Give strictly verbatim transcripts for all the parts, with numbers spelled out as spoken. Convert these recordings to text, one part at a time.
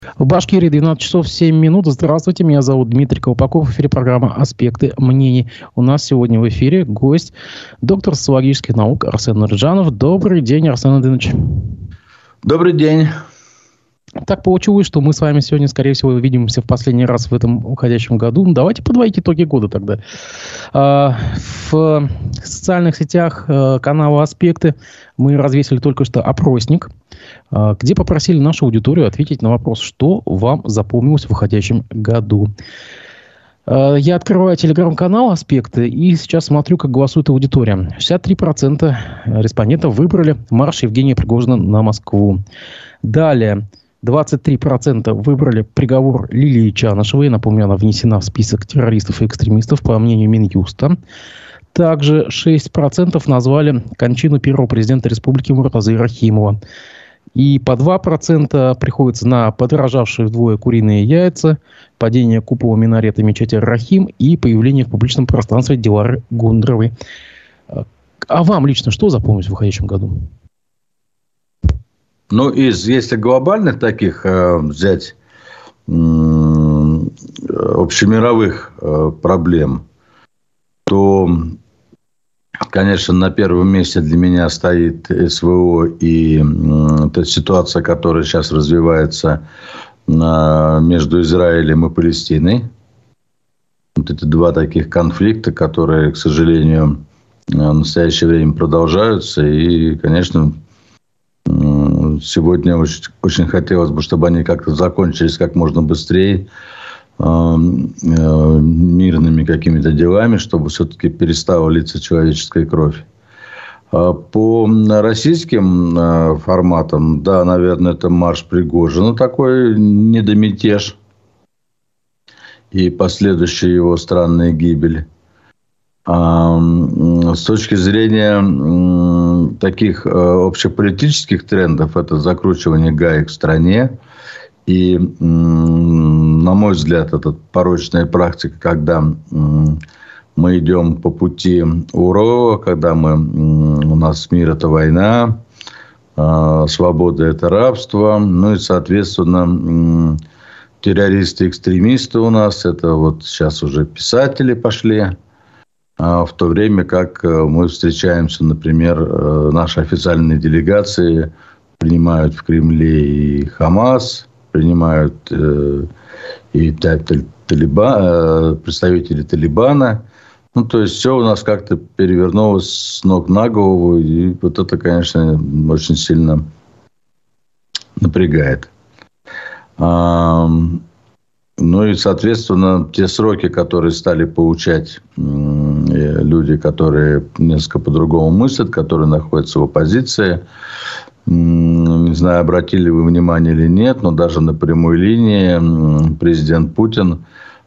В Башкирии двенадцать часов семь минут. Здравствуйте, меня зовут Дмитрий Колпаков. В эфире программа «Аспекты мнений». У нас сегодня в эфире гость, доктор социологических наук Арсен Нурджанов. Добрый день, Арсен Адынович. Добрый день. Так получилось, что мы с вами сегодня, скорее всего, увидимся в последний раз в этом уходящем году. Давайте подводить итоги года тогда. В социальных сетях канала «Аспекты» мы развесили только что опросник, где попросили нашу аудиторию ответить на вопрос, что вам запомнилось в уходящем году. Я открываю телеграм-канал «Аспекты» и сейчас смотрю, как голосует аудитория. шестьдесят три процента респондентов выбрали марш Евгения Пригожина на Москву. Далее двадцать три процента выбрали приговор Лилии Чанышевой. Напомню, она внесена в список террористов и экстремистов, по мнению Минюста. Также шесть процентов назвали кончину первого президента республики Муртазы Рахимова. И по два процента приходится на подорожавшие вдвое куриные яйца, падение купола минарета мечети Рахим и появление в публичном пространстве Дилары Гундровой. А вам лично что запомнилось в уходящем году? Ну, из, если глобальных таких э, взять э, общемировых э, проблем, то, конечно, на первом месте для меня стоит СВО и э, та ситуация, которая сейчас развивается э, между Израилем и Палестиной. Вот эти два таких конфликта, которые, к сожалению, в настоящее время продолжаются. И, конечно, сегодня очень, очень хотелось бы, чтобы они как-то закончились как можно быстрее, э, э, мирными какими-то делами, чтобы все-таки перестала литься человеческая кровь. По российским э, форматам, да, наверное, это марш Пригожина, такой недомятеж и последующая его странная гибель. А с точки зрения таких общеполитических трендов, это закручивание гаек в стране. И, на мой взгляд, это порочная практика, когда мы идем по пути Урова, когда мы, у нас мир – это война, свобода – это рабство. Ну и, соответственно, террористы, экстремисты у нас – это вот сейчас уже писатели пошли. В то время как мы встречаемся, например, наши официальные делегации принимают в Кремле и Хамас, принимают и Талиба, представители Талибана. Ну, то есть, все у нас как-то перевернулось с ног на голову. И вот это, конечно, очень сильно напрягает. Ну и, соответственно, те сроки, которые стали получать люди, которые несколько по-другому мыслят, которые находятся в оппозиции. Не знаю, обратили вы внимание или нет, но даже на прямой линии президент Путин,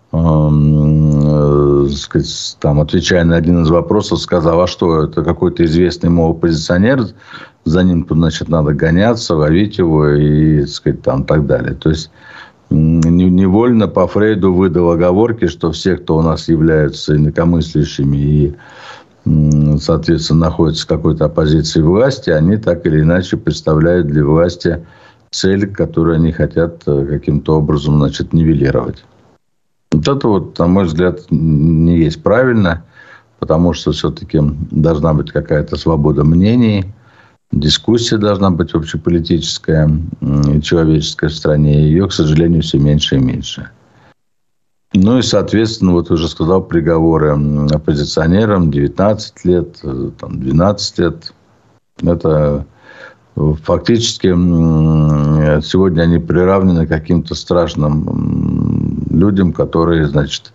э, сказать, там, отвечая на один из вопросов, сказал, а что, это какой-то известный, мол, оппозиционер, за ним, значит, надо гоняться, ловить его и, сказать, там, так далее. То есть, невольно по Фрейду выдал оговорки, что все, кто у нас являются инакомыслящими и, соответственно, находятся в какой-то оппозиции власти, они так или иначе представляют для власти цель, которую они хотят каким-то образом, значит, нивелировать. Вот это вот, на мой взгляд, не есть правильно, потому что все-таки должна быть какая-то свобода мнений, дискуссия должна быть общеполитическая и человеческая в стране. Ее, к сожалению, все меньше и меньше. Ну и, соответственно, вот уже сказал, приговоры оппозиционерам девятнадцать лет, там, двенадцать лет. Это фактически сегодня они приравнены к каким-то страшным людям, которые, значит,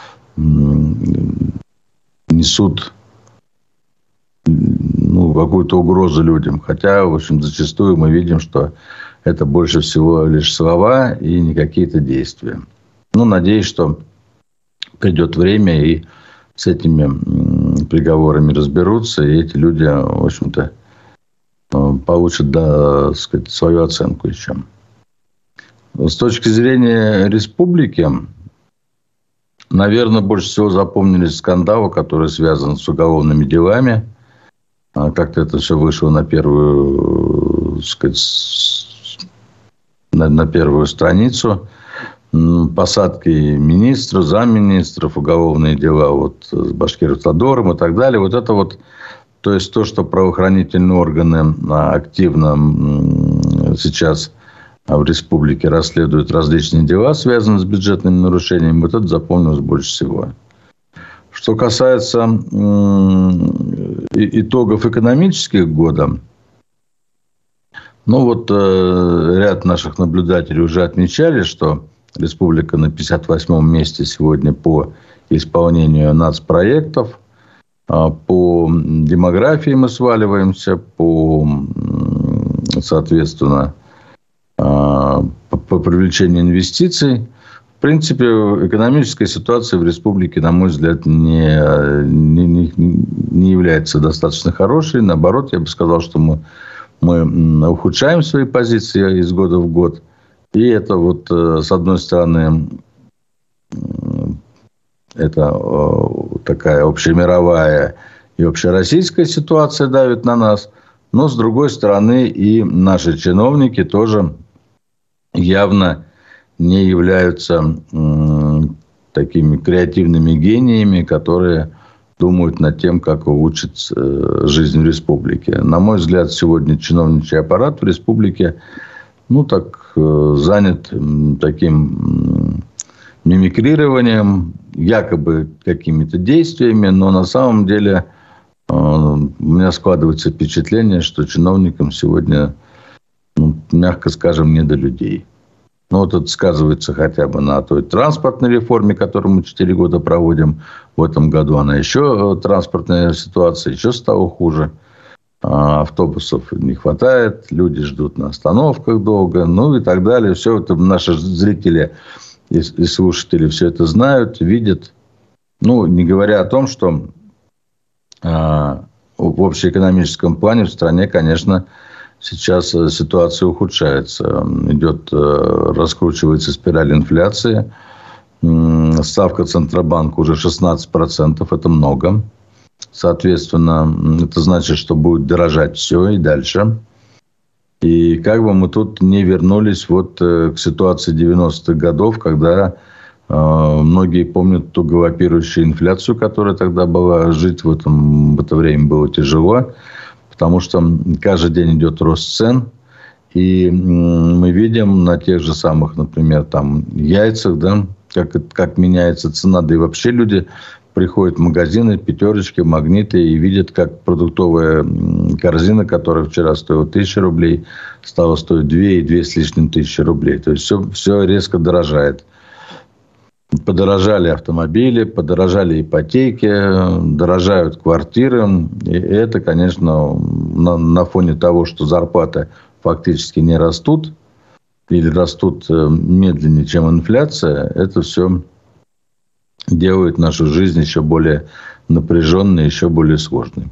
несут ну, какую-то угрозу людям. Хотя, в общем, зачастую мы видим, что это больше всего лишь слова и не какие-то действия. Ну, надеюсь, что придет время и с этими приговорами разберутся, и эти люди, в общем-то, получат, да, так сказать, свою оценку еще. С точки зрения республики, наверное, больше всего запомнились скандалы, которые связаны с уголовными делами. Как-то это все вышло на первую, так сказать, на, на первую страницу. Посадки министров, замминистров, уголовные дела вот, с Башкиртодором и так далее. Вот это вот, то есть то, что правоохранительные органы активно сейчас в республике расследуют различные дела, связанные с бюджетными нарушениями, вот это запомнилось больше всего. Что касается итогов экономических года, ну вот ряд наших наблюдателей уже отмечали, что республика на пятьдесят восьмом месте сегодня по исполнению нацпроектов. По демографии мы сваливаемся, по, соответственно, по, по привлечению инвестиций. В принципе, экономическая ситуация в республике, на мой взгляд, не, не, не является достаточно хорошей. Наоборот, я бы сказал, что мы, мы ухудшаем свои позиции из года в год. И это вот, с одной стороны, это такая общемировая и общероссийская ситуация давит на нас. Но, с другой стороны, и наши чиновники тоже явно не являются такими креативными гениями, которые думают над тем, как улучшить жизнь в республике. На мой взгляд, сегодня чиновничий аппарат в республике ну, так, занят таким мимикрированием, якобы какими-то действиями, но на самом деле у меня складывается впечатление, что чиновникам сегодня, ну, мягко скажем, не до людей. Ну, вот это сказывается хотя бы на той транспортной реформе, которую мы четыре года проводим. В этом году она еще, транспортная ситуация еще стала хуже. Автобусов не хватает, люди ждут на остановках долго, ну и так далее. Все это наши зрители и слушатели все это знают, видят. Ну, не говоря о том, что в общеэкономическом плане в стране, конечно, сейчас ситуация ухудшается. Идет, раскручивается спираль инфляции. Ставка Центробанка уже шестнадцать процентов. Это много. Соответственно, это значит, что будет дорожать все и дальше. И как бы мы тут не вернулись вот к ситуации девяностых годов, когда э, многие помнят ту галопирующую инфляцию, которая тогда была. Жить в, этом, в это время было тяжело, потому что каждый день идет рост цен. И мы видим на тех же самых, например, там, яйцах, да, как, как меняется цена. Да и вообще люди приходят в магазины, пятерочки, магниты и видят, как продуктовая корзина, которая вчера стоила тысячу рублей, стала стоить две и две с лишним тысячи рублей. То есть все, все резко дорожает. Подорожали автомобили, подорожали ипотеки, дорожают квартиры. И это, конечно, на, на фоне того, что зарплаты фактически не растут или растут медленнее, чем инфляция, это все делает нашу жизнь еще более напряженной, еще более сложной.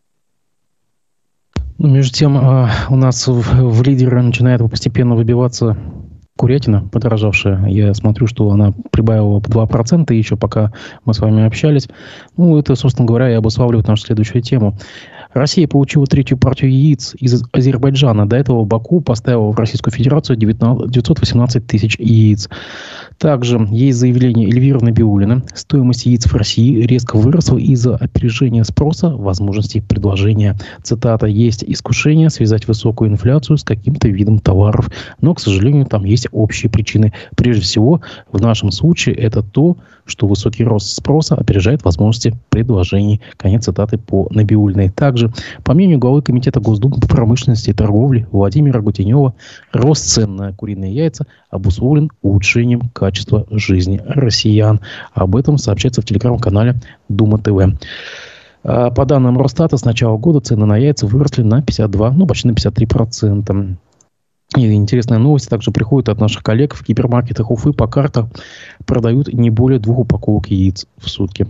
Ну, между тем, у нас в, в лидеры начинает постепенно выбиваться курятина, подорожавшая. Я смотрю, что она прибавила по два процента еще, пока мы с вами общались. Ну, это, собственно говоря, и обуславливает нашу следующую тему. Россия получила третью партию яиц из Азербайджана. До этого Баку поставила в Российскую Федерацию девятьсот восемнадцать тысяч яиц. Также есть заявление Эльвиры Набиуллиной. Стоимость яиц в России резко выросла из-за опережения спроса, возможностей предложения. Цитата: «Есть искушение связать высокую инфляцию с каким-то видом товаров. Но, к сожалению, там есть общие причины. Прежде всего, в нашем случае это то, что высокий рост спроса опережает возможности предложений». Конец цитаты по Набиуллиной. Также, по мнению главы Комитета Госдумы по промышленности и торговле Владимира Гутенева, рост цен на куриные яйца обусловлен улучшением качества жизни россиян. Об этом сообщается в телеграм-канале Дума ТВ. По данным Росстата, с начала года цены на яйца выросли на пятьдесят два, ну почти на пятьдесят три процента. И интересная новость также приходит от наших коллег. В гипермаркетах Уфы по картам продают не более двух упаковок яиц в сутки.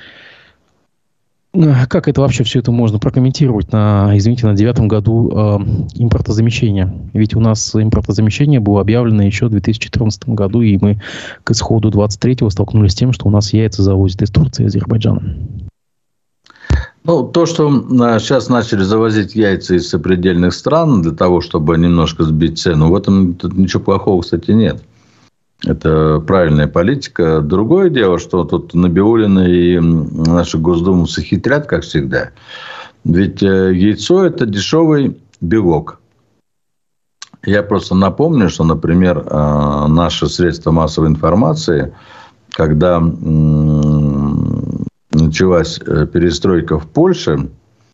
Как это вообще все это можно прокомментировать на, извините, на девятом году э, импортозамещения? Ведь у нас импортозамещение было объявлено еще в две тысячи четырнадцатом году, и мы к исходу двадцать третьего столкнулись с тем, что у нас яйца завозят из Турции и Азербайджана. Ну, то, что сейчас начали завозить яйца из сопредельных стран для того, чтобы немножко сбить цену, в этом тут ничего плохого, кстати, нет. Это правильная политика. Другое дело, что тут Набиуллина и наши госдумовцы хитрят, как всегда. Ведь яйцо – это дешевый белок. Я просто напомню, что, например, наши средства массовой информации, когда началась перестройка в Польше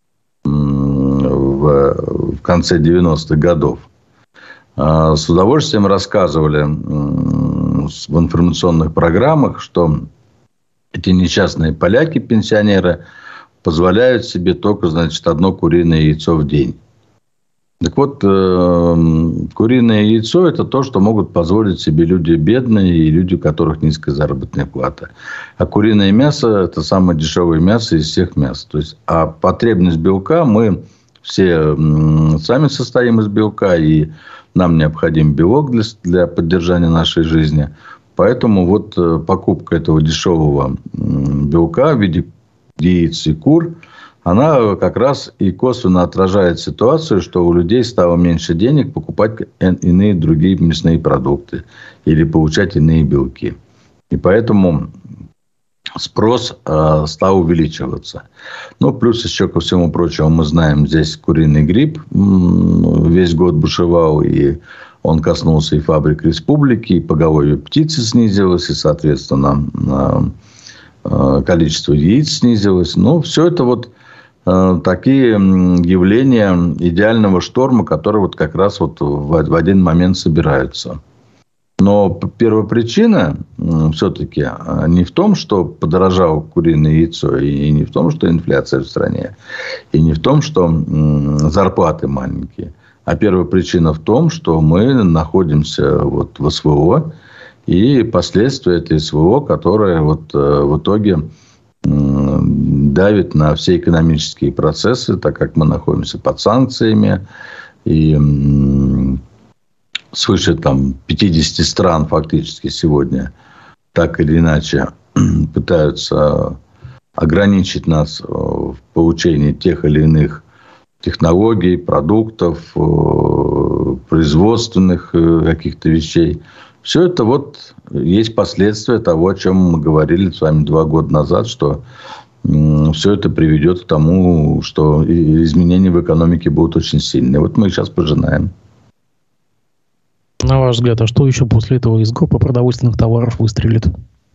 в, в конце девяностых годов, с удовольствием рассказывали в информационных программах, что эти несчастные поляки, пенсионеры, позволяют себе только, значит, одно куриное яйцо в день. Так вот, куриное яйцо – это то, что могут позволить себе люди бедные и люди, у которых низкая заработная плата. А куриное мясо – это самое дешевое мясо из всех мяс. То есть, а потребность белка, мы все сами состоим из белка, и нам необходим белок для, для поддержания нашей жизни. Поэтому вот покупка этого дешевого белка в виде яиц и кур, она как раз и косвенно отражает ситуацию, что у людей стало меньше денег покупать иные другие мясные продукты или получать иные белки. И поэтому спрос э, стал увеличиваться. Ну, плюс еще ко всему прочему, мы знаем, здесь куриный грипп весь год бушевал, и он коснулся и фабрик республики, и поголовье птицы снизилось, и, соответственно, э, количество яиц снизилось. Ну, все это вот такие явления идеального шторма, которые вот как раз вот в один момент собираются. Но первопричина все-таки не в том, что подорожало куриное яйцо, и не в том, что инфляция в стране, и не в том, что зарплаты маленькие. А первопричина в том, что мы находимся вот в СВО, и последствия этой СВО, которое вот в итоге давит на все экономические процессы, так как мы находимся под санкциями. И свыше там, пятидесяти стран фактически сегодня так или иначе пытаются ограничить нас в получении тех или иных технологий, продуктов, производственных каких-то вещей. Все это вот есть последствия того, о чем мы говорили с вами два года назад, что все это приведет к тому, что изменения в экономике будут очень сильные. Вот мы сейчас пожинаем. На ваш взгляд, а что еще после этого из группы продовольственных товаров выстрелит?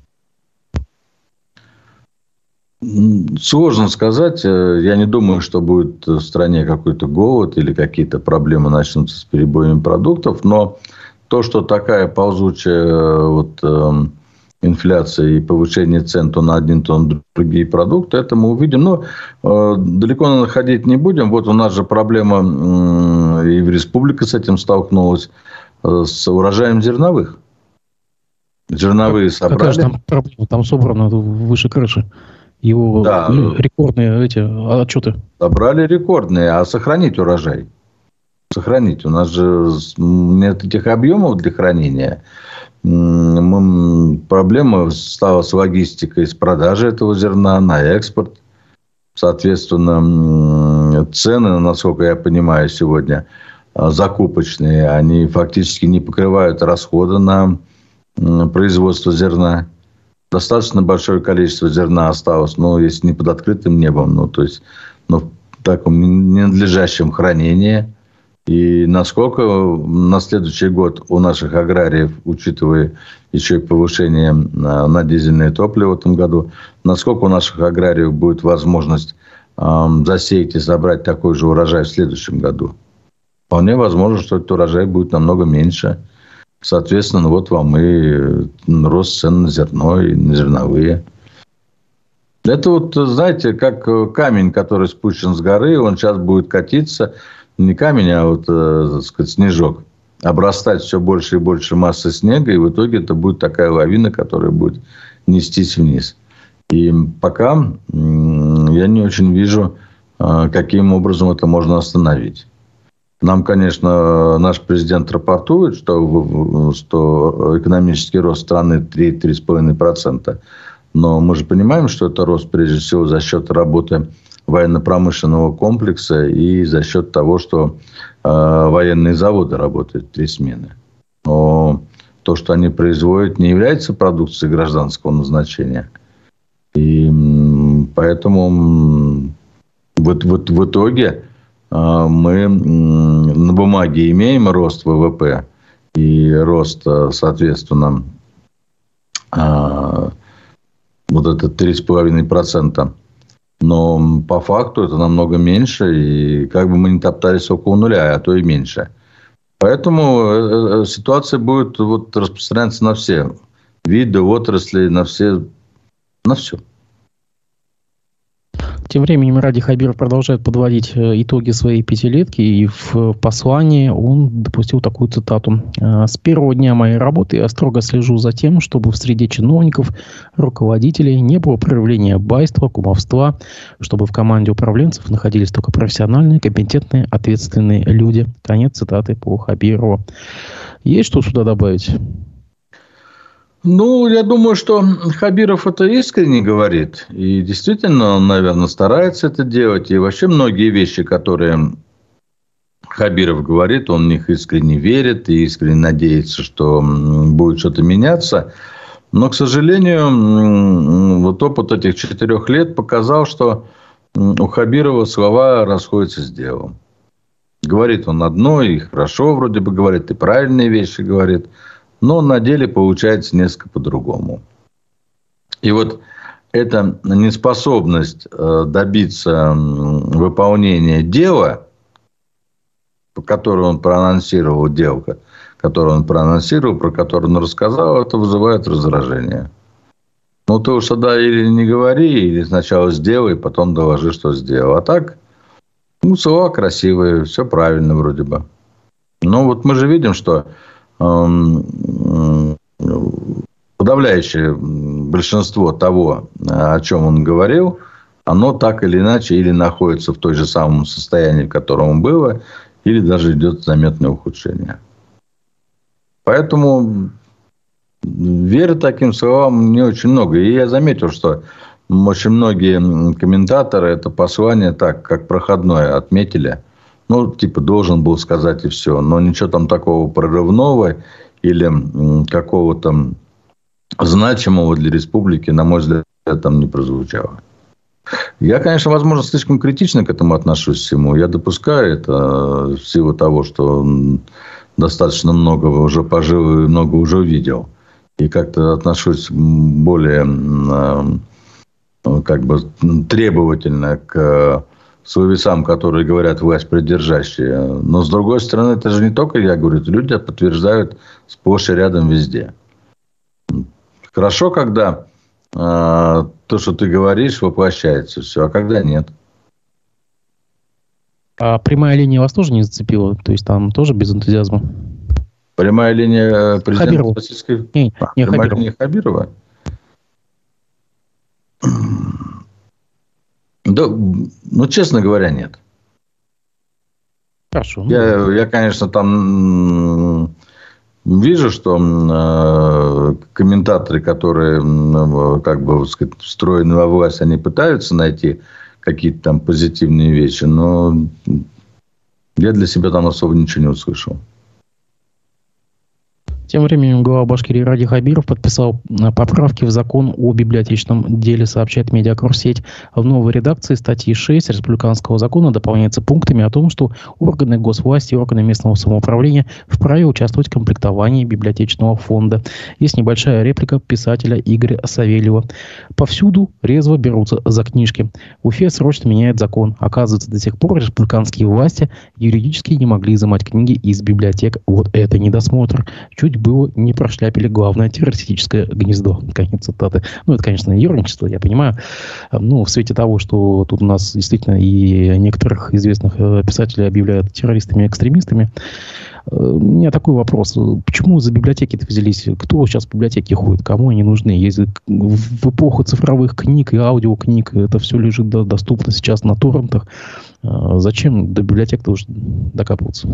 Сложно сказать. Я не думаю, что будет в стране какой-то голод или какие-то проблемы начнутся с перебоями продуктов. Но то, что такая ползучая вот, э, инфляция и повышение цен то на один, то на другие продукты, это мы увидим. Но э, далеко находить не будем. Вот у нас же проблема, э, и в республике с этим столкнулась, э, с урожаем зерновых. Зерновые собрали. Какая же там проблема? Там собрано выше крыши. Его да. рекордные эти отчеты. Собрали рекордные, а сохранить урожай. Сохранить. У нас же нет этих объемов для хранения. Проблема стала с логистикой, с продажей этого зерна на экспорт. Соответственно, цены, насколько я понимаю, сегодня закупочные, они фактически не покрывают расходы на производство зерна. Достаточно большое количество зерна осталось, но если не под открытым небом, ну, то есть ну, в таком ненадлежащем хранении. И насколько на следующий год у наших аграриев, учитывая еще и повышение на, на дизельное топливо в этом году, насколько у наших аграриев будет возможность э, засеять и собрать такой же урожай в следующем году? Вполне возможно, что этот урожай будет намного меньше. Соответственно, вот вам и рост цен на зерно и на зерновые. Это вот, знаете, как камень, который спущен с горы, он сейчас будет катиться. Не камень, а вот, так сказать, снежок. Обрастать все больше и больше массы снега. И в итоге это будет такая лавина, которая будет нестись вниз. И пока я не очень вижу, каким образом это можно остановить. Нам, конечно, наш президент рапортует, что, что экономический рост страны три - три с половиной процента. Но мы же понимаем, что это рост, прежде всего, за счет работы военно-промышленного комплекса и за счет того, что э, военные заводы работают три смены. Но то, что они производят, не является продукцией гражданского назначения. И поэтому вот, вот в итоге мы на бумаге имеем рост ВВП и рост, соответственно, вот это три с половиной процента. Но по факту это намного меньше. И как бы мы ни топтались около нуля, а то и меньше. Поэтому ситуация будет вот распространяться на все виды, отрасли, на все, на все. Тем временем Ради Хабиров продолжает подводить итоги своей пятилетки, и в послании он допустил такую цитату. «С первого дня моей работы я строго слежу за тем, чтобы в среде чиновников, руководителей не было проявления байства, кумовства, чтобы в команде управленцев находились только профессиональные, компетентные, ответственные люди». Конец цитаты по Хабирову. Есть что сюда добавить? Ну, я думаю, что Хабиров это искренне говорит. И действительно, он, наверное, старается это делать. И вообще многие вещи, которые Хабиров говорит, он в них искренне верит и искренне надеется, что будет что-то меняться. Но, к сожалению, вот опыт этих четырех лет показал, что у Хабирова слова расходятся с делом. Говорит он одно, и хорошо вроде бы говорит, и правильные вещи говорит. Но на деле получается несколько по-другому. И вот эта неспособность добиться выполнения дела, которое он проанонсировал, дело, которое он проанонсировал, про которое он рассказал, это вызывает раздражение. Ну, ты уж тогда или не говори, или сначала сделай, потом доложи, что сделал. А так, ну, слова красивые, все правильно вроде бы. Но вот мы же видим, что подавляющее большинство того, о чем он говорил, оно так или иначе или находится в той же самом состоянии, в котором было, или даже идет заметное ухудшение. Поэтому веры таким словам не очень много. И я заметил, что очень многие комментаторы это послание так, как проходное, отметили. Ну, типа, должен был сказать и все. Но ничего там такого прорывного или какого-то значимого для республики, на мой взгляд, там не прозвучало. Я, конечно, возможно, слишком критично к этому отношусь всему. Я допускаю это в силу того, что достаточно много уже пожил и много уже видел. И как-то отношусь более как бы требовательно к словесам, которые говорят власть придержащие. Но, с другой стороны, это же не только я говорю, это люди подтверждают сплошь и рядом везде. Хорошо, когда э, то, что ты говоришь, воплощается все, а когда нет. А прямая линия вас тоже не зацепила? То есть, там тоже без энтузиазма? Прямая линия президента Хабирова. Российской... Не, а, не прямая Хабирова. линия Хабирова? Да, ну, честно говоря, нет. Хорошо. Я, я конечно, там вижу, что э, комментаторы, которые э, как бы сказать, встроены во власть, они пытаются найти какие-то там позитивные вещи, но я для себя там особо ничего не услышал. Тем временем глава Башкирии Ради Хабиров подписал поправки в закон о библиотечном деле, сообщает Медиакурсеть. В новой редакции статьи шесть республиканского закона дополняется пунктами о том, что органы госвласти и органы местного самоуправления вправе участвовать в комплектовании библиотечного фонда. Есть небольшая реплика писателя Игоря Савельева. Повсюду резво берутся за книжки. В Уфе срочно меняет закон. Оказывается, до сих пор республиканские власти юридически не могли изымать книги из библиотек. Вот это недосмотр. Чуть было не прошляпили главное террористическое гнездо. Конец цитаты. Ну, это, конечно, ерничество, я понимаю. Ну, в свете того, что тут у нас действительно и некоторых известных писателей объявляют террористами и экстремистами. У меня такой вопрос. Почему за библиотеки-то взялись? Кто сейчас в библиотеке ходит? Кому они нужны? Если в эпоху цифровых книг и аудиокниг это все лежит доступно сейчас на торрентах, зачем до библиотек-то уже докапываться?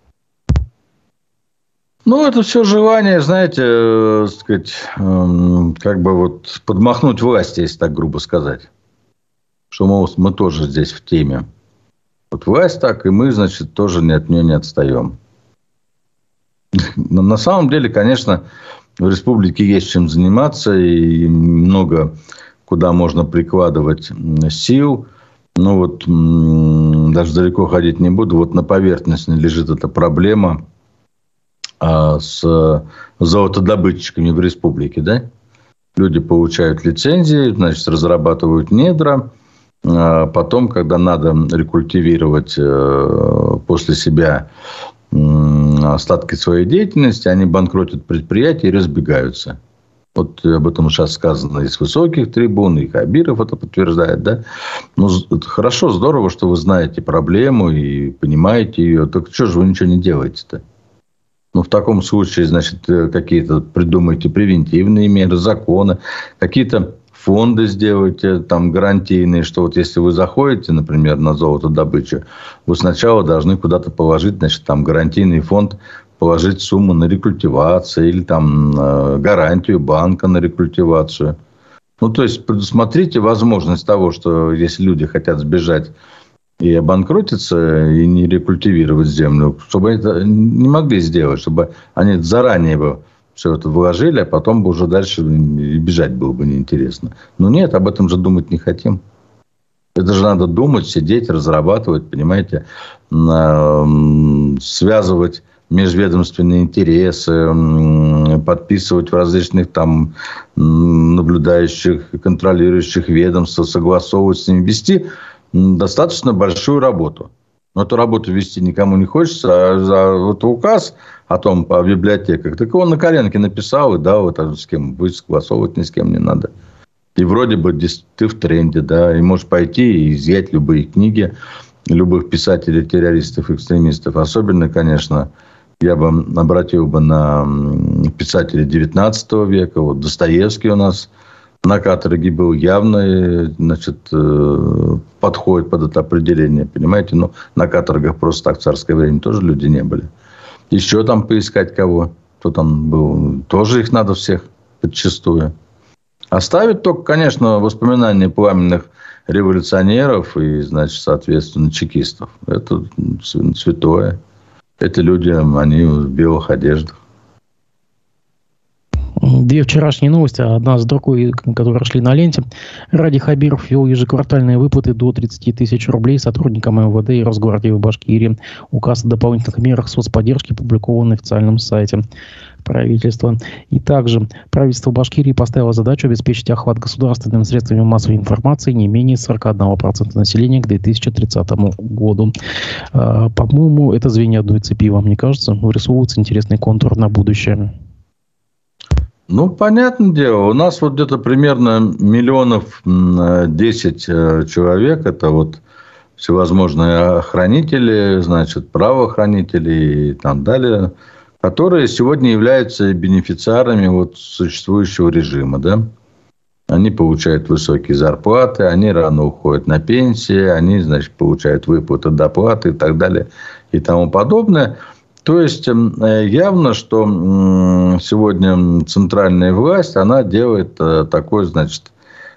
Ну, это все желание, знаете, э, сказать, э, как бы вот подмахнуть власти, если так грубо сказать. что, мол, мы тоже здесь в теме. Вот власть так, и мы, значит, тоже от нее не отстаем. Но на самом деле, конечно, в республике есть чем заниматься, и много куда можно прикладывать сил. Но вот даже далеко ходить не буду. Вот на поверхности лежит эта проблема с золотодобытчиками в республике, да? Люди получают лицензии, значит, разрабатывают недра. Потом, когда надо рекультивировать после себя остатки своей деятельности, они банкротят предприятия и разбегаются. Вот об этом сейчас сказано из высоких трибун, и Хабиров это подтверждает, да. Ну, это хорошо, здорово, что вы знаете проблему и понимаете ее. Так что же вы ничего не делаете-то? Ну, в таком случае, значит, какие-то придумайте превентивные меры, законы, какие-то фонды сделайте, там, гарантийные, что вот если вы заходите, например, на золотодобычу, вы сначала должны куда-то положить, значит, там, гарантийный фонд, положить сумму на рекультивацию или там гарантию банка на рекультивацию. Ну, то есть, предусмотрите возможность того, что если люди хотят сбежать и обанкротиться, и не рекультивировать землю, чтобы это не могли сделать, чтобы они заранее бы все это вложили, а потом бы уже дальше и бежать было бы неинтересно. Но нет, об этом же думать не хотим. Это же надо думать, сидеть, разрабатывать, понимаете, связывать межведомственные интересы, подписывать в различных там наблюдающих, контролирующих ведомствах, согласовывать с ними, вести достаточно большую работу. Но эту работу вести никому не хочется. А за вот указ о том, по библиотеках, так его на коленке написал, и да, вот с кем будет согласовывать, ни с кем не надо. И вроде бы ты в тренде, да, и можешь пойти и изъять любые книги любых писателей, террористов, экстремистов. Особенно, конечно, я бы обратил бы на писателей девятнадцатого века. Вот Достоевский у нас на каторге был, явно, значит, подходит под это определение, понимаете? Но на каторгах просто так в царское время тоже люди не были. Еще там поискать кого, кто там был, тоже их надо всех подчистую. Оставить только, конечно, воспоминания пламенных революционеров и, значит, соответственно, чекистов. Это святое. Эти люди, они в белых одеждах. Две вчерашние новости, одна с другой, которые шли на ленте. Ради Хабиров ввел ежеквартальные выплаты до тридцать тысяч рублей сотрудникам эм вэ дэ и Росгвардии в Башкирии. Указ о дополнительных мерах соцподдержки опубликован на официальном сайте правительства. И также правительство Башкирии поставило задачу обеспечить охват государственными средствами массовой информации не менее сорок один процент населения к две тысячи тридцатому году. По-моему, это звенья одной цепи, вам не кажется? Вырисовывается интересный контур на будущее. Ну, понятное дело. У нас вот где-то примерно миллионов десять человек. Это вот всевозможные охранители, значит, правоохранители и так далее, которые сегодня являются бенефициарами вот существующего режима, да. Они получают высокие зарплаты, они рано уходят на пенсии, они, значит, получают выплаты, доплаты и так далее и тому подобное. То есть, явно, что сегодня центральная власть, она делает такой, значит,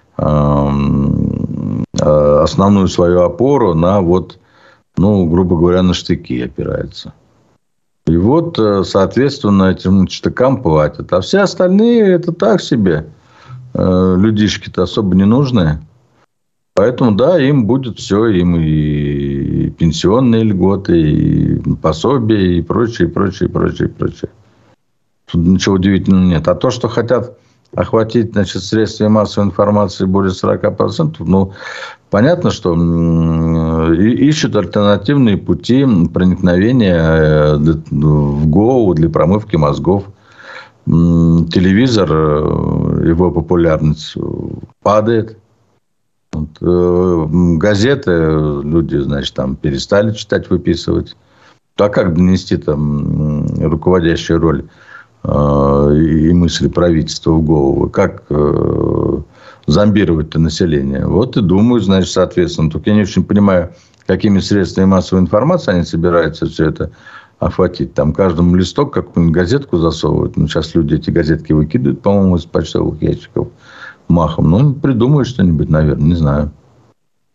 основную свою опору на вот, ну, грубо говоря, на штыки опирается. И вот, соответственно, этим штыкам платят. А все остальные это так себе. Людишки-то особо не нужны. Поэтому, да, им будет все, им и пенсионные льготы, и пособия, и прочее, и прочее, и прочее, и прочее. Тут ничего удивительного нет. А то, что хотят охватить, значит, средствами массовой информации более сорок процентов, ну, понятно, что ищут альтернативные пути проникновения в голову для промывки мозгов. Телевизор, его популярность падает. Вот, э, газеты люди, значит, там перестали читать, выписывать. А как донести там руководящую роль э, и мысли правительства в голову? Как э, зомбировать-то население? Вот и думаю, значит, соответственно. Только я не очень понимаю, какими средствами массовой информации они собираются все это охватить. Там каждому листок какую-нибудь газетку засовывают. Ну, сейчас люди эти газетки выкидывают, по-моему, из почтовых ящиков махом. Ну, придумают что-нибудь, наверное, не знаю.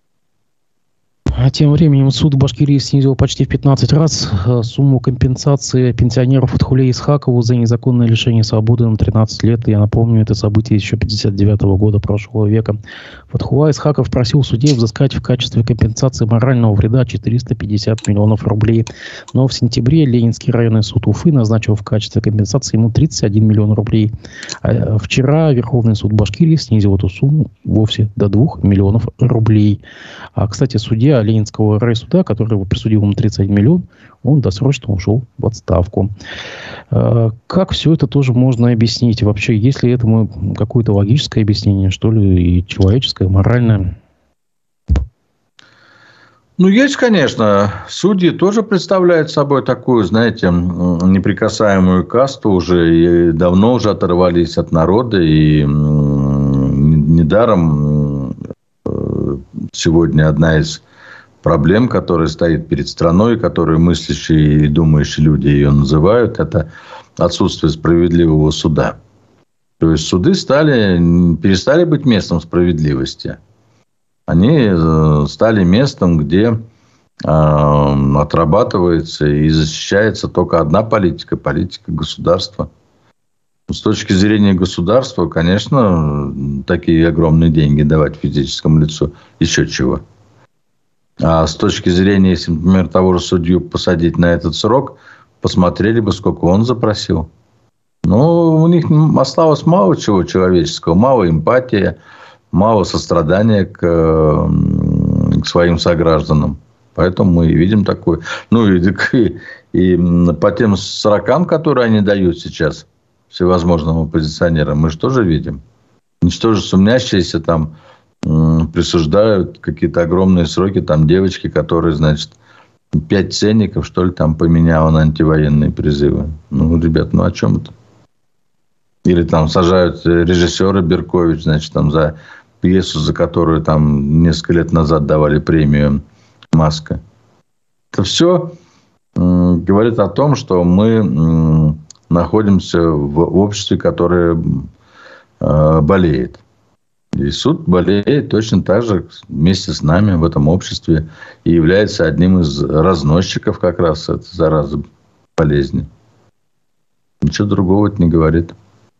А тем временем суд в Башкирии снизил почти в пятнадцать раз сумму компенсации пенсионеру Фатхуле Исхакову за незаконное лишение свободы на тринадцать лет. Я напомню, это событие еще пятьдесят девятого года прошлого века. Фатхула Исхаков просил судей взыскать в качестве компенсации морального вреда четыреста пятьдесят миллионов рублей. Но в сентябре Ленинский районный суд Уфы назначил в качестве компенсации ему тридцать один миллион рублей. А вчера Верховный суд Башкирии снизил эту сумму вовсе до двух миллионов рублей. А, кстати, судья Ленинского райсуда, который присудил ему тридцать один миллион, он досрочно ушел в отставку. Как все это тоже можно объяснить? Вообще, есть ли этому какое-то логическое объяснение, что ли, и человеческое, и моральное? Ну, есть, конечно. Судьи тоже представляют собой такую, знаете, неприкасаемую касту уже. И давно уже оторвались от народа. И недаром сегодня одна из проблем, которая стоит перед страной, которую мыслящие и думающие люди ее называют, это отсутствие справедливого суда. То есть суды стали, перестали быть местом справедливости. Они стали местом, где э, отрабатывается и защищается только одна политика, политика государства. С точки зрения государства, конечно, такие огромные деньги давать физическому лицу, еще чего. А с точки зрения, если, например, того же судью посадить на этот срок, посмотрели бы, сколько он запросил. Ну, у них осталось мало чего человеческого, мало эмпатии, мало сострадания к, к своим согражданам. Поэтому мы и видим такое. Ну, и, и, и по тем срокам, которые они дают сейчас всевозможным оппозиционерам, мы же тоже видим. Ничтоже сумнящиеся там присуждают какие-то огромные сроки. Там девочки, которые, значит, пять ценников, что ли, там поменяла на антивоенные призывы. Ну, ребят, ну о чем это? Или там сажают режиссера Беркович, значит, там за пьесу, за которую там несколько лет назад давали премию «Маска». Это все э, говорит о том, что мы э, находимся в обществе, которое э, болеет. И суд болеет точно так же вместе с нами в этом обществе и является одним из разносчиков как раз этой заразы болезни. Ничего другого это не говорит.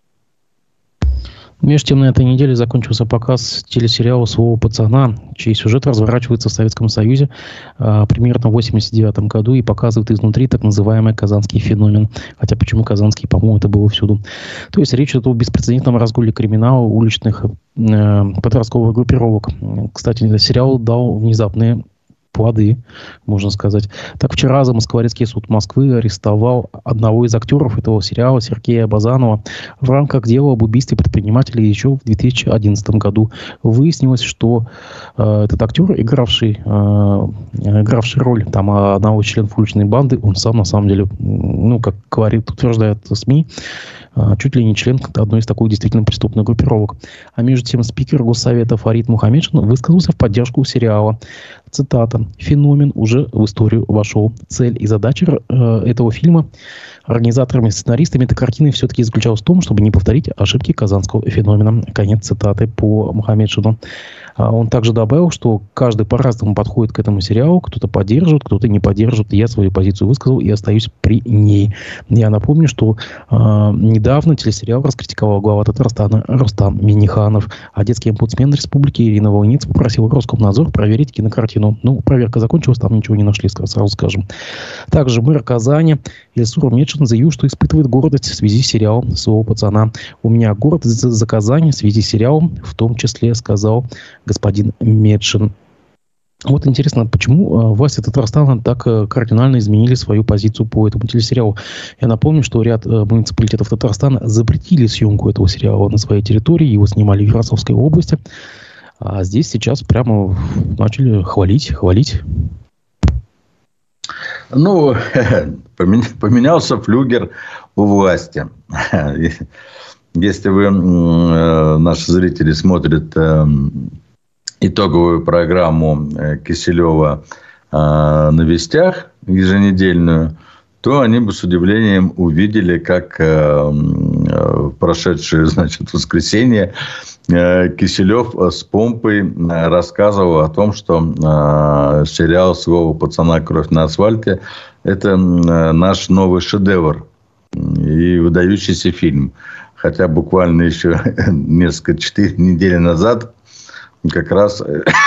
Между тем, на этой неделе закончился показ телесериала «Слово пацана», чей сюжет разворачивается в Советском Союзе э, примерно в восемьдесят девятом году и показывает изнутри так называемый казанский феномен. Хотя почему казанский, по-моему, это было всюду. То есть речь идет о беспрецедентном разгуле криминала, уличных э, подростковых группировок. Кстати, сериал дал внезапные плоды, можно сказать. Так, вчера Замоскворецкий суд Москвы арестовал одного из актеров этого сериала, Сергея Базанова, в рамках дела об убийстве предпринимателя еще в две тысячи одиннадцатом году. Выяснилось, что э, этот актер, игравший, э, игравший роль там, одного из членов уличной банды, он сам, на самом деле, ну, как говорит, утверждают СМИ, э, чуть ли не член одной из такой действительно преступных группировок. А между тем спикер Госсовета Фарид Мухаммедшин высказался в поддержку сериала. Цитата. «Феномен уже в историю вошел. Цель и задача э, этого фильма организаторами и сценаристами этой картины все-таки заключалась в том, чтобы не повторить ошибки казанского феномена». Конец цитаты по Мухаммедшину. А он также добавил, что каждый по-разному подходит к этому сериалу. Кто-то поддерживает, кто-то не поддерживает. Я свою позицию высказал и остаюсь при ней. Я напомню, что э, недавно телесериал раскритиковал глава Татарстана Рустам Минниханов. А детский омбудсмен республики Ирина Волынец попросил Роскомнадзор проверить кинокартину. Ну, проверка закончилась, там ничего не нашли, сразу скажем. Также мэр Казани Ильсур Медшин заявил, что испытывает гордость в связи с сериалом «Слово пацана». «У меня гордость за Казань в связи с сериалом, в том числе», сказал господин Медшин. Вот интересно, почему власти Татарстана так кардинально изменили свою позицию по этому телесериалу. Я напомню, что ряд муниципалитетов Татарстана запретили съемку этого сериала на своей территории. Его снимали в Ярославской области. А здесь сейчас прямо начали хвалить, хвалить. Ну, поменялся флюгер у власти. Если вы, наши зрители, смотрят итоговую программу Киселева на Вестях еженедельную, то они бы с удивлением увидели, как в прошедшее, значит, воскресенье Киселев с помпой рассказывал о том, что сериал «Своего пацана. Кровь на асфальте» – это наш новый шедевр и выдающийся фильм. Хотя буквально еще несколько, четыре недели назад как раз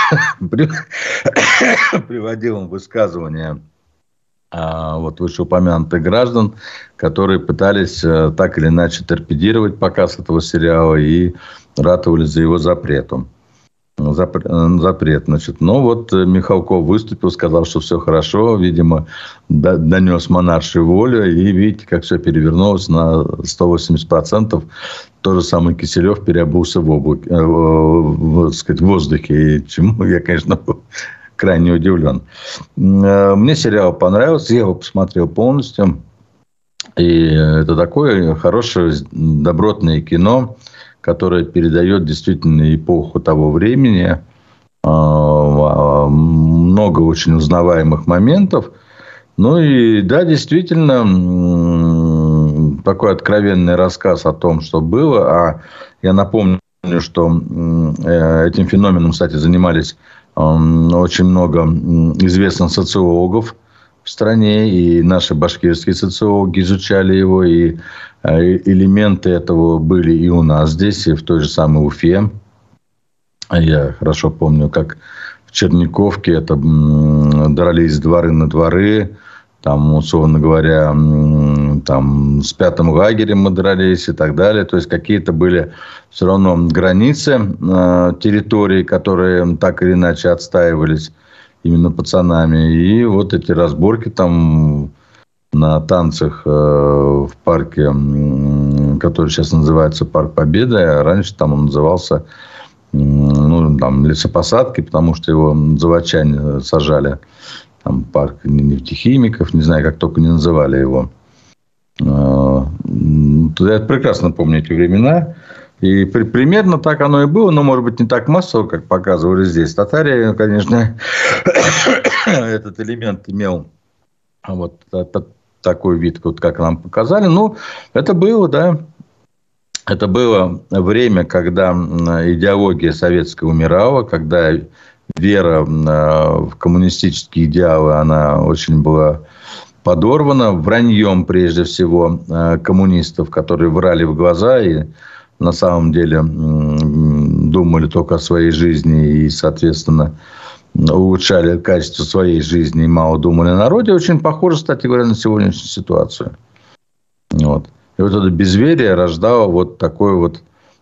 приводил он высказывания вот вышеупомянутых граждан, которые пытались так или иначе торпедировать показ этого сериала и ратовали за его запретом. Запрет, значит. Но вот Михалков выступил, сказал, что все хорошо, видимо, донес монаршую волю, и видите, как все перевернулось на сто восемьдесят процентов. То же самое Киселев переобулся в, облаке, в, в, сказать, в воздухе, и чему я, конечно, крайне удивлен. Мне сериал понравился, я его посмотрел полностью. И это такое хорошее, добротное кино, которое передает действительно эпоху того времени. Много очень узнаваемых моментов. Ну и да, действительно, такой откровенный рассказ о том, что было. А я напомню, что этим феноменом, кстати, занимались очень много известных социологов в стране, и наши башкирские социологи изучали его, и элементы этого были и у нас здесь, и в той же самой Уфе. Я хорошо помню, как в Черниковке это дрались дворы на дворы, там, условно говоря, там, с пятым лагерем мы дрались и так далее. То есть, какие-то были все равно границы э, территорий, которые так или иначе отстаивались именно пацанами. И вот эти разборки там на танцах э, в парке, э, который сейчас называется Парк Победы, а раньше там он назывался э, ну, там, лесопосадки, потому что его заводчане сажали. Там парк нефтехимиков, не знаю, как только не называли его. Я прекрасно помню эти времена. И при, примерно так оно и было, но, может быть, не так массово, как показывали здесь. Татария, конечно, этот элемент имел вот такой вид, вот как нам показали. Ну, это было, да. Это было время, когда идеология советская умирала, когда вера в коммунистические идеалы, она очень была подорвана враньем, прежде всего, коммунистов, которые врали в глаза и на самом деле думали только о своей жизни и, соответственно, улучшали качество своей жизни и мало думали о народе. Очень похоже, кстати говоря, на сегодняшнюю ситуацию. Вот. И вот это безверие рождало вот такой вот,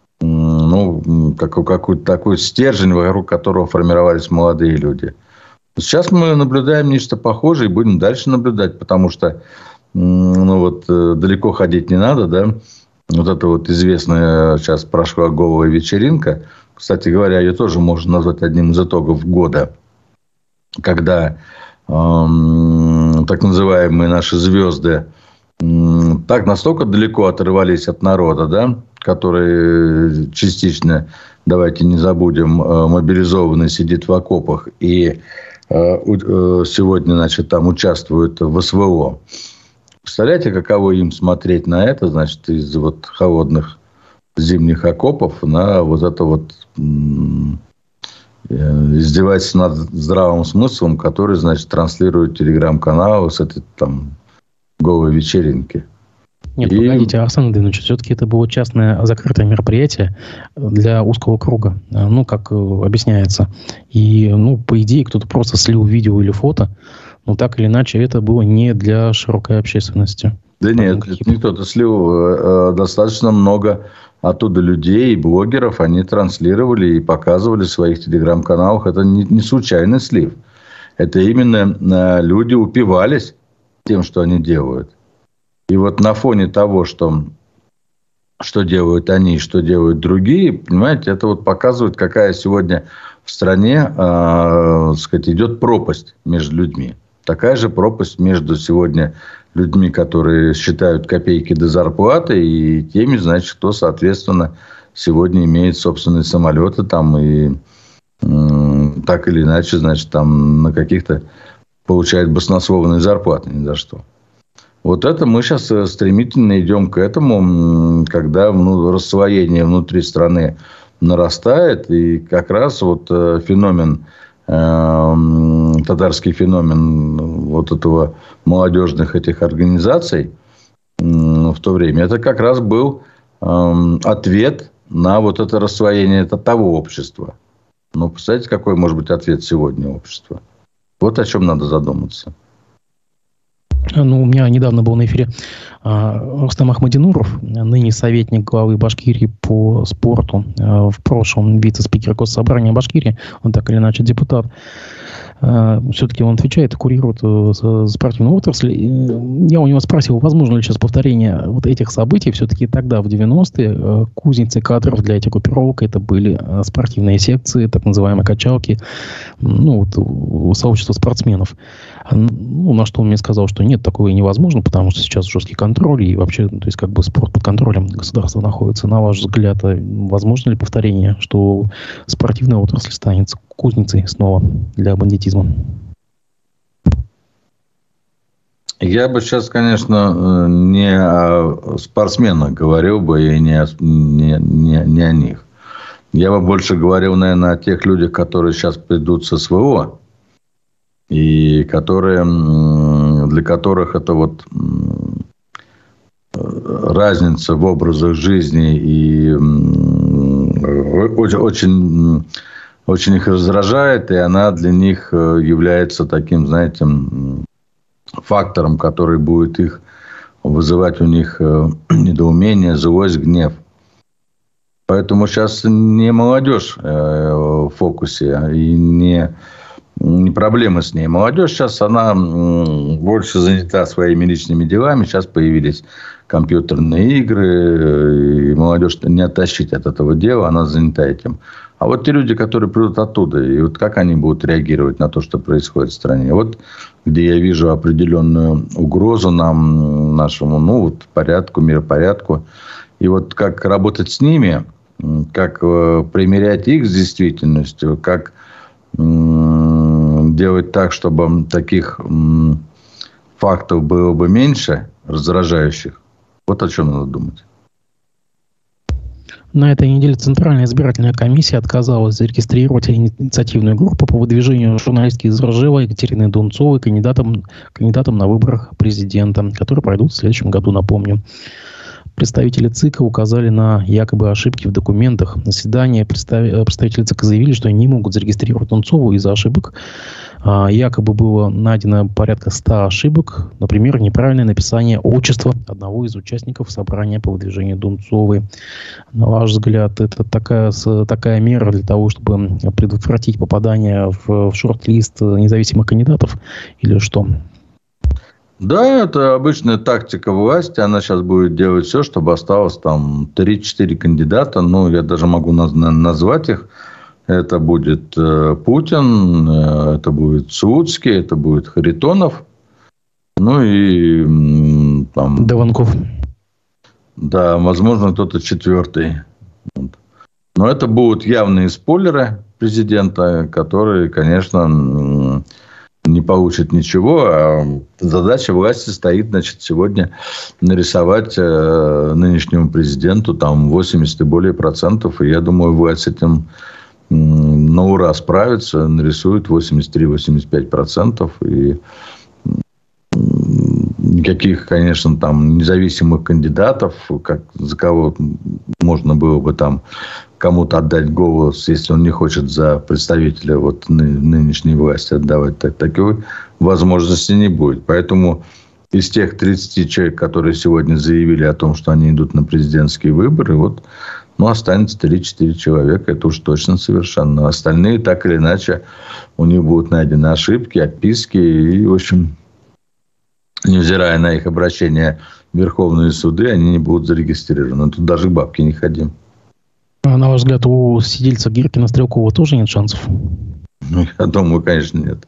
ну, какой-то такой стержень, вокруг которого формировались молодые люди. Сейчас мы наблюдаем нечто похожее и будем дальше наблюдать, потому что, ну, вот, далеко ходить не надо, да. Вот эта вот известная сейчас прошлогодовая вечеринка, кстати говоря, ее тоже можно назвать одним из итогов года, когда эм, так называемые наши звезды эм, так настолько далеко оторвались от народа, да, который частично, давайте не забудем, э, мобилизованный сидит в окопах и э, э, сегодня, значит, там участвует в СВО. Представляете, каково им смотреть на это, значит, из вот холодных зимних окопов на вот это вот издевательство над здравым смыслом, который, значит, транслирует телеграм-каналы с этой там голой вечеринки. Нет, И... погодите, Арсен Андреевич, все-таки это было частное закрытое мероприятие для узкого круга, ну, как объясняется. И, ну, по идее, кто-то просто слил видео или фото, но так или иначе это было не для широкой общественности. Да нет, не кто-то слил. Достаточно много оттуда людей и блогеров, они транслировали и показывали в своих телеграм-каналах. Это не, не случайный слив. Это именно люди упивались тем, что они делают. И вот на фоне того, что, что делают они, что делают другие, понимаете, это вот показывает, какая сегодня в стране, э, сказать, идет пропасть между людьми. Такая же пропасть между сегодня людьми, которые считают копейки до зарплаты, и теми, значит, кто, соответственно, сегодня имеет собственные самолеты там и э, так или иначе, значит, там на каких-то получает баснословные зарплаты ни за что. Вот это мы сейчас стремительно идем к этому, когда ну, рассвоение внутри страны нарастает. И как раз вот феномен, э, татарский феномен вот этого молодежных этих организаций э, в то время, это как раз был э, ответ на вот это рассвоение это того общества. Ну, представляете, какой может быть ответ сегодня общества? Вот о чем надо задуматься. Ну, у меня недавно был на эфире а, Рустам Ахмадинуров, ныне советник главы Башкирии по спорту, а, в прошлом вице-спикер Госсобрания Башкирии, он так или иначе депутат. А, все-таки он отвечает и курирует а, спортивную отрасль. И я у него спросил, возможно ли сейчас повторение вот этих событий. Все-таки тогда, в девяностые, а, кузницей кадров для этих группировок это были а, спортивные секции, так называемые качалки, ну, вот, сообщество спортсменов. Ну, на что он мне сказал, что нет, такое невозможно, потому что сейчас жесткий контроль, и вообще, то есть, как бы спорт под контролем государства находится. На ваш взгляд, возможно ли повторение, что спортивная отрасль станет кузницей снова для бандитизма? Я бы сейчас, конечно, не о спортсменах говорил бы и не о, не, не, не о них. Я бы больше говорил, наверное, о тех людях, которые сейчас придут с СВО. И которые, для которых это вот разница в образах жизни и очень, очень их раздражает, и она для них является таким, знаете, фактором, который будет их вызывать у них недоумение, злость, гнев. Поэтому сейчас не молодежь в фокусе и не... Не проблема с ней. Молодежь сейчас, она больше занята своими личными делами. Сейчас появились компьютерные игры. И молодежь не оттащить от этого дела. Она занята этим. А вот те люди, которые придут оттуда. И вот как они будут реагировать на то, что происходит в стране. Вот где я вижу определенную угрозу нам, нашему ну, вот, порядку, миропорядку. И вот как работать с ними. Как примирять их с действительностью. Как... делать так, чтобы таких м, фактов было бы меньше, раздражающих. Вот о чем надо думать. На этой неделе Центральная избирательная комиссия отказалась зарегистрировать инициативную группу по выдвижению журналистки из Ржева Екатерины Дунцовой кандидатом, кандидатом на выборах президента, которые пройдут в следующем году, напомню. Представители ЦИКа указали на якобы ошибки в документах. На заседании представители ЦИКа заявили, что они не могут зарегистрировать Дунцову из-за ошибок. А, якобы было найдено порядка ста ошибок. Например, неправильное написание отчества одного из участников собрания по выдвижению Дунцовой. На ваш взгляд, это такая, такая мера для того, чтобы предотвратить попадание в, в шорт-лист независимых кандидатов или что? Да, это обычная тактика власти. Она сейчас будет делать все, чтобы осталось там три-четыре кандидата. Ну, я даже могу наз- назвать их. Это будет э, Путин, э, это будет Слуцкий, это будет Харитонов. Ну и м, там... Дованков. Да, возможно, кто-то четвертый. Но это будут явные спойлеры президента, которые, конечно... не получит ничего, а задача власти стоит, значит, сегодня нарисовать э, нынешнему президенту там восемьдесят и более процентов, и я думаю, власть с этим э, на ура справится, нарисует восемьдесят три - восемьдесят пять процентов, и э, никаких, конечно, там независимых кандидатов, как, за кого можно было бы там кому-то отдать голос, если он не хочет за представителя вот нынешней власти отдавать, так, такой возможности не будет. Поэтому из тех тридцати человек, которые сегодня заявили о том, что они идут на президентские выборы, вот, ну, останется три-четыре человека, это уж точно совершенно. Остальные, так или иначе, у них будут найдены ошибки, отписки, и, в общем, невзирая на их обращение в Верховные суды, они не будут зарегистрированы. Тут даже к бабке не ходим. А на ваш взгляд, у сидельца Гиркина Стрелкова тоже нет шансов? Ну, я думаю, конечно, нет.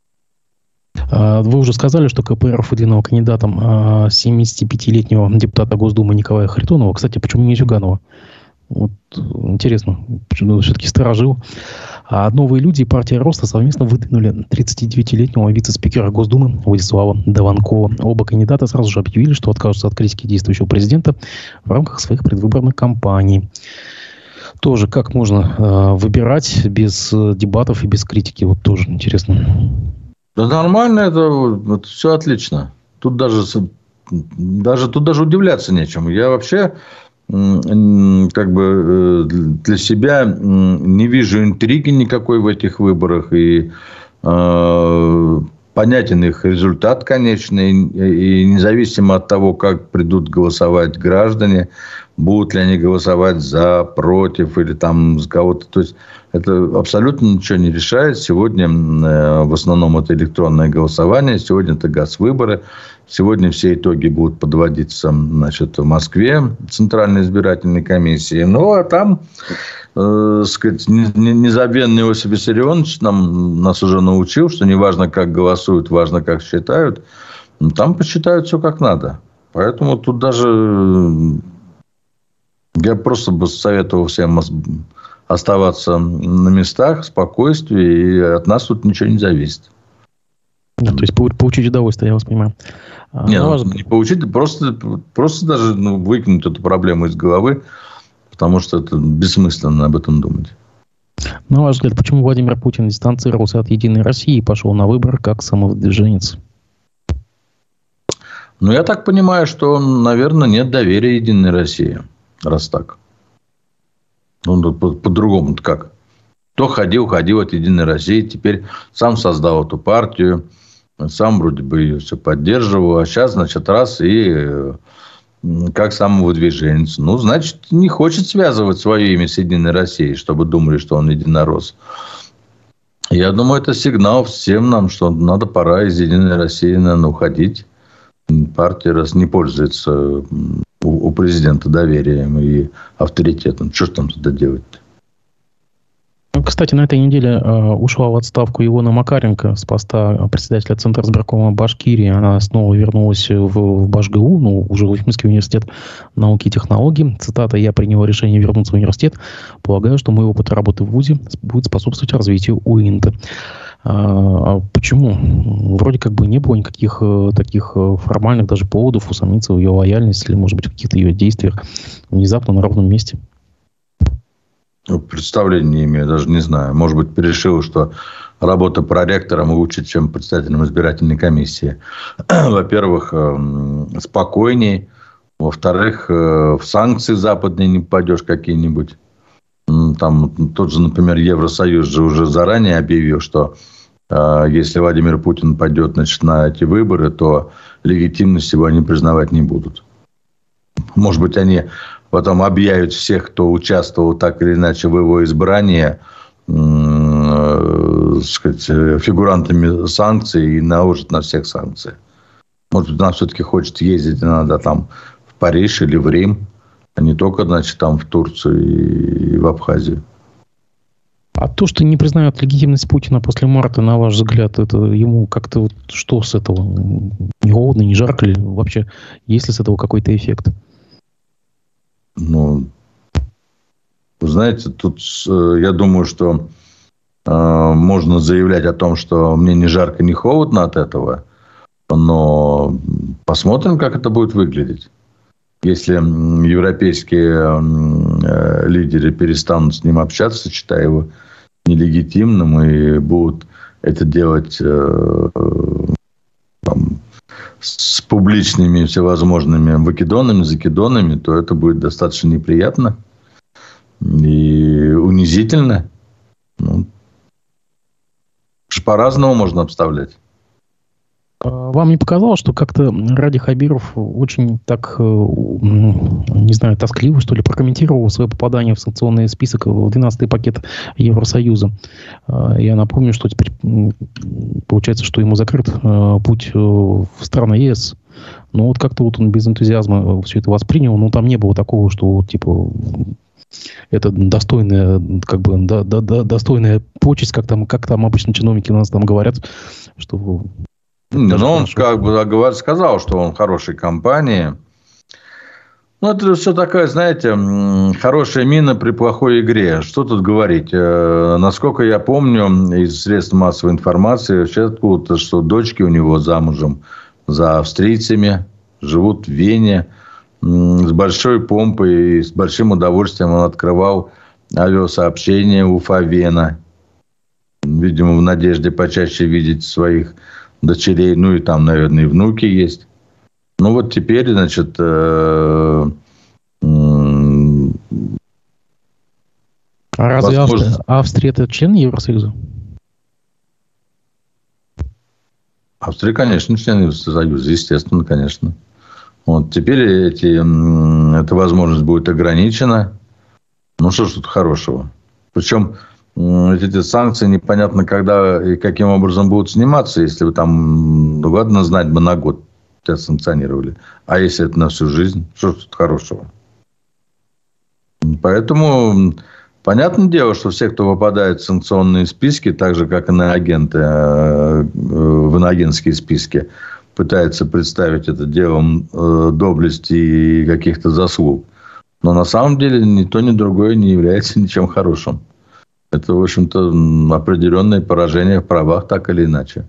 Вы уже сказали, что КПРФ выдвинула кандидатом семидесятипятилетнего депутата Госдумы Николая Харитонова. Кстати, почему не Зюганова? Вот, интересно, почему все-таки сторожил. А новые люди и партия Роста совместно выдвинули тридцатидевятилетнего вице-спикера Госдумы Владислава Дованкова. Оба кандидата сразу же объявили, что откажутся от критики действующего президента в рамках своих предвыборных кампаний. Тоже как можно э, выбирать без дебатов и без критики? Вот тоже интересно. Да нормально, это, это все отлично. Тут даже, даже, тут даже удивляться нечему. Я вообще как бы для себя не вижу интриги никакой в этих выборах. И э, понятен их результат конечный. И независимо от того, как придут голосовать граждане, будут ли они голосовать за, против или там за кого-то. То есть это абсолютно ничего не решает. Сегодня э, в основном это электронное голосование. Сегодня это ГАЗ-выборы. Сегодня все итоги будут подводиться, значит, в Москве, Центральной избирательной комиссии. Ну, а там, э, сказать, незабвенный Иосиф Виссарионович нам, нас уже научил, что не важно, как голосуют, важно, как считают. Там посчитают все как надо. Поэтому тут даже... Я просто бы советовал всем оставаться на местах, в спокойствии, и от нас тут ничего не зависит. Да, то есть получить удовольствие, я вас понимаю. Не, ну, не получить, просто, просто даже ну, выкинуть эту проблему из головы, потому что это бессмысленно об этом думать. На ваш взгляд, почему Владимир Путин дистанцировался от «Единой России» и пошел на выборы как самовыдвиженец? Ну, я так понимаю, что, наверное, нет доверия «Единой России», раз так. Ну, по-другому-то как? Кто ходил, ходил от «Единой России», теперь сам создал эту партию, сам вроде бы ее все поддерживал, а сейчас, значит, раз и как самовыдвиженец. Ну, значит, не хочет связывать свое имя с «Единой Россией», чтобы думали, что он единорос. Я думаю, это сигнал всем нам, что надо пора из «Единой России», наверное, уходить. Партия раз не пользуется у, у президента доверием и авторитетом. Что ж там туда делать-то? Кстати, на этой неделе э, ушла в отставку Илона Макаренко с поста председателя Центра избиркома Башкирии. Она снова вернулась в, в БашГУ, ну, уже в Уфимский университет науки и технологий. Цитата: «Я принял решение вернуться в университет. Полагаю, что мой опыт работы в ВУЗе будет способствовать развитию УИНТа». А почему? Вроде как бы не было никаких э, таких э, формальных даже поводов усомниться в ее лояльности или, может быть, в каких-то ее действиях внезапно на ровном месте. Представления не имею, даже не знаю. Может быть, решил, что работа проректором лучше, чем председателем избирательной комиссии. Во-первых, спокойней. Во-вторых, в санкции западные не попадешь какие-нибудь. Там тот же, например, Евросоюз же уже заранее объявил, что если Владимир Путин пойдет, значит, на эти выборы, то легитимность его они признавать не будут. Может быть, они потом объявят всех, кто участвовал так или иначе в его избрании, э, сказать, фигурантами санкций и наложат на всех санкции. Может быть, нам все-таки хочет ездить надо там в Париж или в Рим, а не только, значит, там в Турцию и в Абхазию. А то, что не признают легитимность Путина после марта, на ваш взгляд, это ему как-то вот что с этого? Не холодно, не жарко ли? Вообще, есть ли с этого какой-то эффект? Ну, вы знаете, тут я думаю, что э, можно заявлять о том, что мне ни жарко, ни холодно от этого, но посмотрим, как это будет выглядеть. Если европейские э, лидеры перестанут с ним общаться, считая его нелегитимным, и будут это делать э, там, с публичными всевозможными выкидонами, закидонами, то это будет достаточно неприятно и унизительно. Ну, по-разному можно обставлять. Вам не показалось, что как-то Ради Хабиров очень так, не знаю, тоскливо, что ли, прокомментировал свое попадание в санкционный список в двенадцатый пакет Евросоюза? Я напомню, что теперь получается, что ему закрыт путь в страны ЕС. Но вот как-то вот он без энтузиазма все это воспринял. Но там не было такого, что типа это достойная, как бы, да, да, да, достойная почесть, как там, как там обычно чиновники у нас там говорят, что... Но он как бы сказал, что он в хорошей компании. Ну, это все такое, знаете, хорошая мина при плохой игре. Что тут говорить? Насколько я помню из средств массовой информации, вообще откуда-то, что дочки у него замужем за австрийцами, живут в Вене. С большой помпой и с большим удовольствием он открывал авиасообщение Уфа-Вена. Видимо, в надежде почаще видеть своих дочерей. Ну, и там, наверное, и внуки есть. Ну, вот теперь, значит... Э- э- а разве возможно... Австрия, Австрия это член Евросоюза? Австрия, конечно, член Евросоюза, естественно, конечно. Вот теперь эти, эта возможность будет ограничена. Ну, что ж тут хорошего? Причем эти санкции непонятно, когда и каким образом будут сниматься, если вы там, ну, ладно, знать бы на год тебя санкционировали. А если это на всю жизнь, что ж тут хорошего? Поэтому понятное дело, что все, кто попадает в санкционные списки, так же, как и на агенты, в иноагентские списки, пытаются представить это делом доблести и каких-то заслуг. Но на самом деле ни то, ни другое не является ничем хорошим. Это, в общем-то, определенное поражение в правах, так или иначе.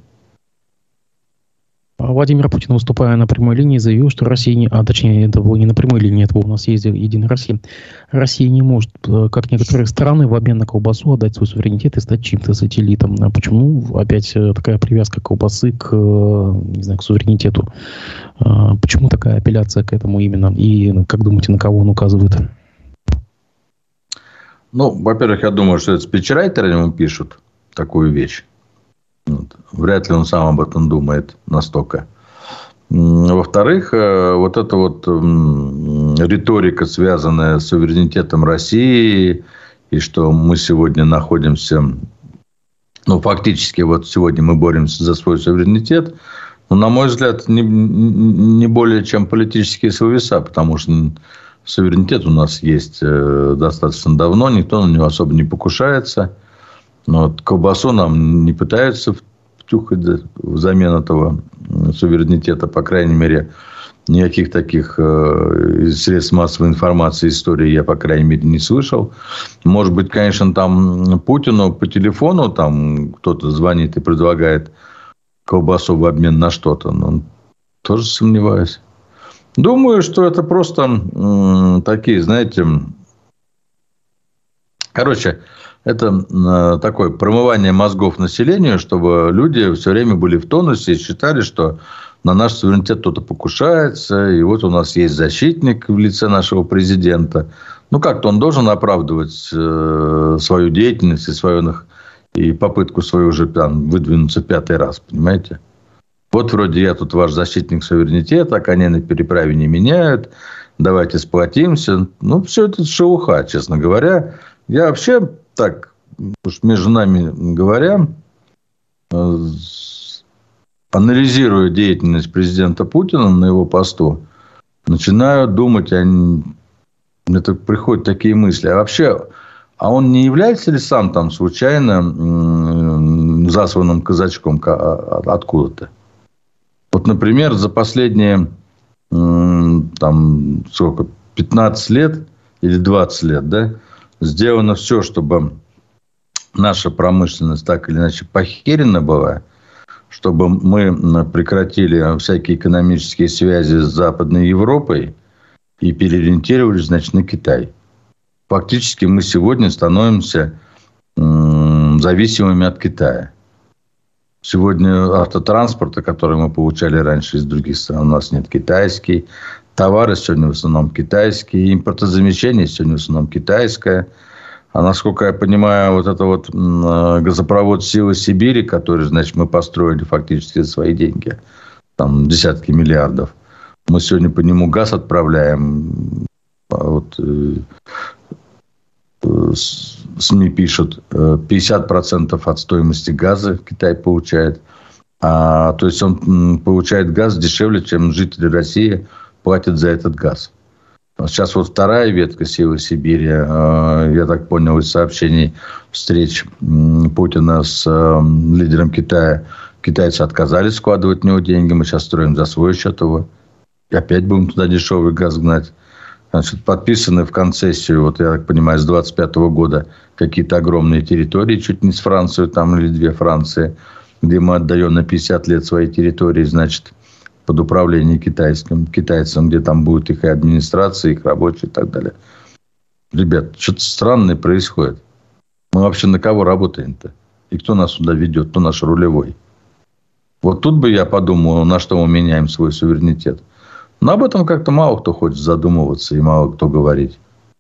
Владимир Путин, выступая на прямой линии, заявил, что Россия, не, а точнее, это не на прямой линии, это у нас есть Единая Россия. Россия не может, как некоторые страны, в обмен на колбасу отдать свой суверенитет и стать чьим-то сателлитом. А почему опять такая привязка колбасы к, не знаю, к суверенитету? Почему такая апелляция к этому именно? И как думаете, на кого он указывает? Ну, во-первых, я думаю, что это спичрайтеры ему пишут такую вещь. Вот. Вряд ли он сам об этом думает настолько. Во-вторых, вот эта вот риторика, связанная с суверенитетом России, и что мы сегодня находимся, ну, фактически, вот сегодня мы боремся за свой суверенитет, но, на мой взгляд, не, не более чем политические словеса, потому что суверенитет у нас есть достаточно давно, никто на него особо не покушается. Но вот колбасу нам не пытаются втюхать взамен этого суверенитета, по крайней мере, никаких таких э, средств массовой информации, истории я, по крайней мере, не слышал. Может быть, конечно, там Путину по телефону там кто-то звонит и предлагает колбасу в обмен на что-то, но тоже сомневаюсь. Думаю, что это просто э, такие, знаете, короче, это такое промывание мозгов населению, чтобы люди все время были в тонусе и считали, что на наш суверенитет кто-то покушается. И вот у нас есть защитник в лице нашего президента. Ну, как-то он должен оправдывать свою деятельность и, свою, и попытку свою уже там, выдвинуться пятый раз. Понимаете? Вот вроде я тут ваш защитник суверенитета, коней на переправе не меняют. Давайте сплотимся. Ну, все это шелуха, честно говоря. Я вообще... Так, уж между нами говоря, анализируя деятельность президента Путина на его посту, начинаю думать, а мне так приходят такие мысли. А вообще, а он не является ли сам там случайно засланным казачком откуда-то? Вот, например, за последние там, сколько, пятнадцать лет или двадцать лет, да, сделано все, чтобы наша промышленность так или иначе похерена была, чтобы мы прекратили всякие экономические связи с Западной Европой и переориентировались, значит, на Китай. Фактически мы сегодня становимся зависимыми от Китая. Сегодня автотранспорта, который мы получали раньше из других стран, у нас нет китайский. Товары сегодня в основном китайские. Импортозамещение сегодня в основном китайское. А насколько я понимаю, вот это вот газопровод «Силы Сибири», который, значит, мы построили фактически за свои деньги. Там десятки миллиардов. Мы сегодня по нему газ отправляем. Вот, СМИ пишут, пятьдесят процентов от стоимости газа Китай получает. А, то есть он получает газ дешевле, чем жители России платят за этот газ. Сейчас вот вторая ветка «Силы Сибири», я так понял из сообщений встреч Путина с лидером Китая, китайцы отказались складывать в него деньги, мы сейчас строим за свой счет его. И опять будем туда дешевый газ гнать. Значит, подписаны в концессию, вот я так понимаю, с двадцать пятого года какие-то огромные территории, чуть не с Францией, там или две Франции, где мы отдаем на пятьдесят лет свои территории, значит, под управление китайским, китайцам, где там будет их и администрация, их рабочие и так далее. Ребят, что-то странное происходит. Мы вообще на кого работаем-то? И кто нас сюда ведет? Кто наш рулевой? Вот тут бы я подумал, на что мы меняем свой суверенитет. Но об этом как-то мало кто хочет задумываться и мало кто говорить.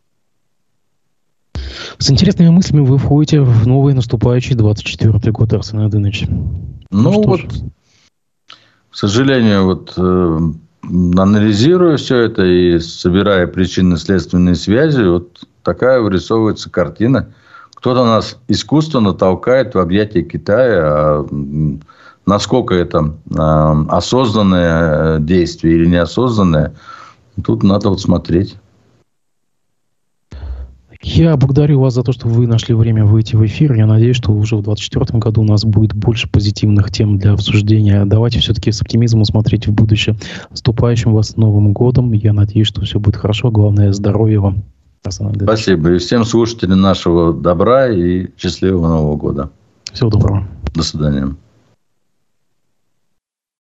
С интересными мыслями вы входите в новый наступающий двадцать четвёртый год, Арсен Айдынович. Ну, ну вот, же. К сожалению, вот э, анализируя все это и собирая причинно-следственные связи, вот такая вырисовывается картина. Кто-то нас искусственно толкает в объятия Китая, а насколько это э, осознанное действие или неосознанное, тут надо вот смотреть. Я благодарю вас за то, что вы нашли время выйти в эфир. Я надеюсь, что уже в двадцать четвёртом году у нас будет больше позитивных тем для обсуждения. Давайте все-таки с оптимизмом смотреть в будущее. С наступающим вас Новым годом. Я надеюсь, что все будет хорошо. Главное, здоровья вам. Спасибо. И всем слушателям нашего добра и счастливого Нового года. Всего доброго. До свидания.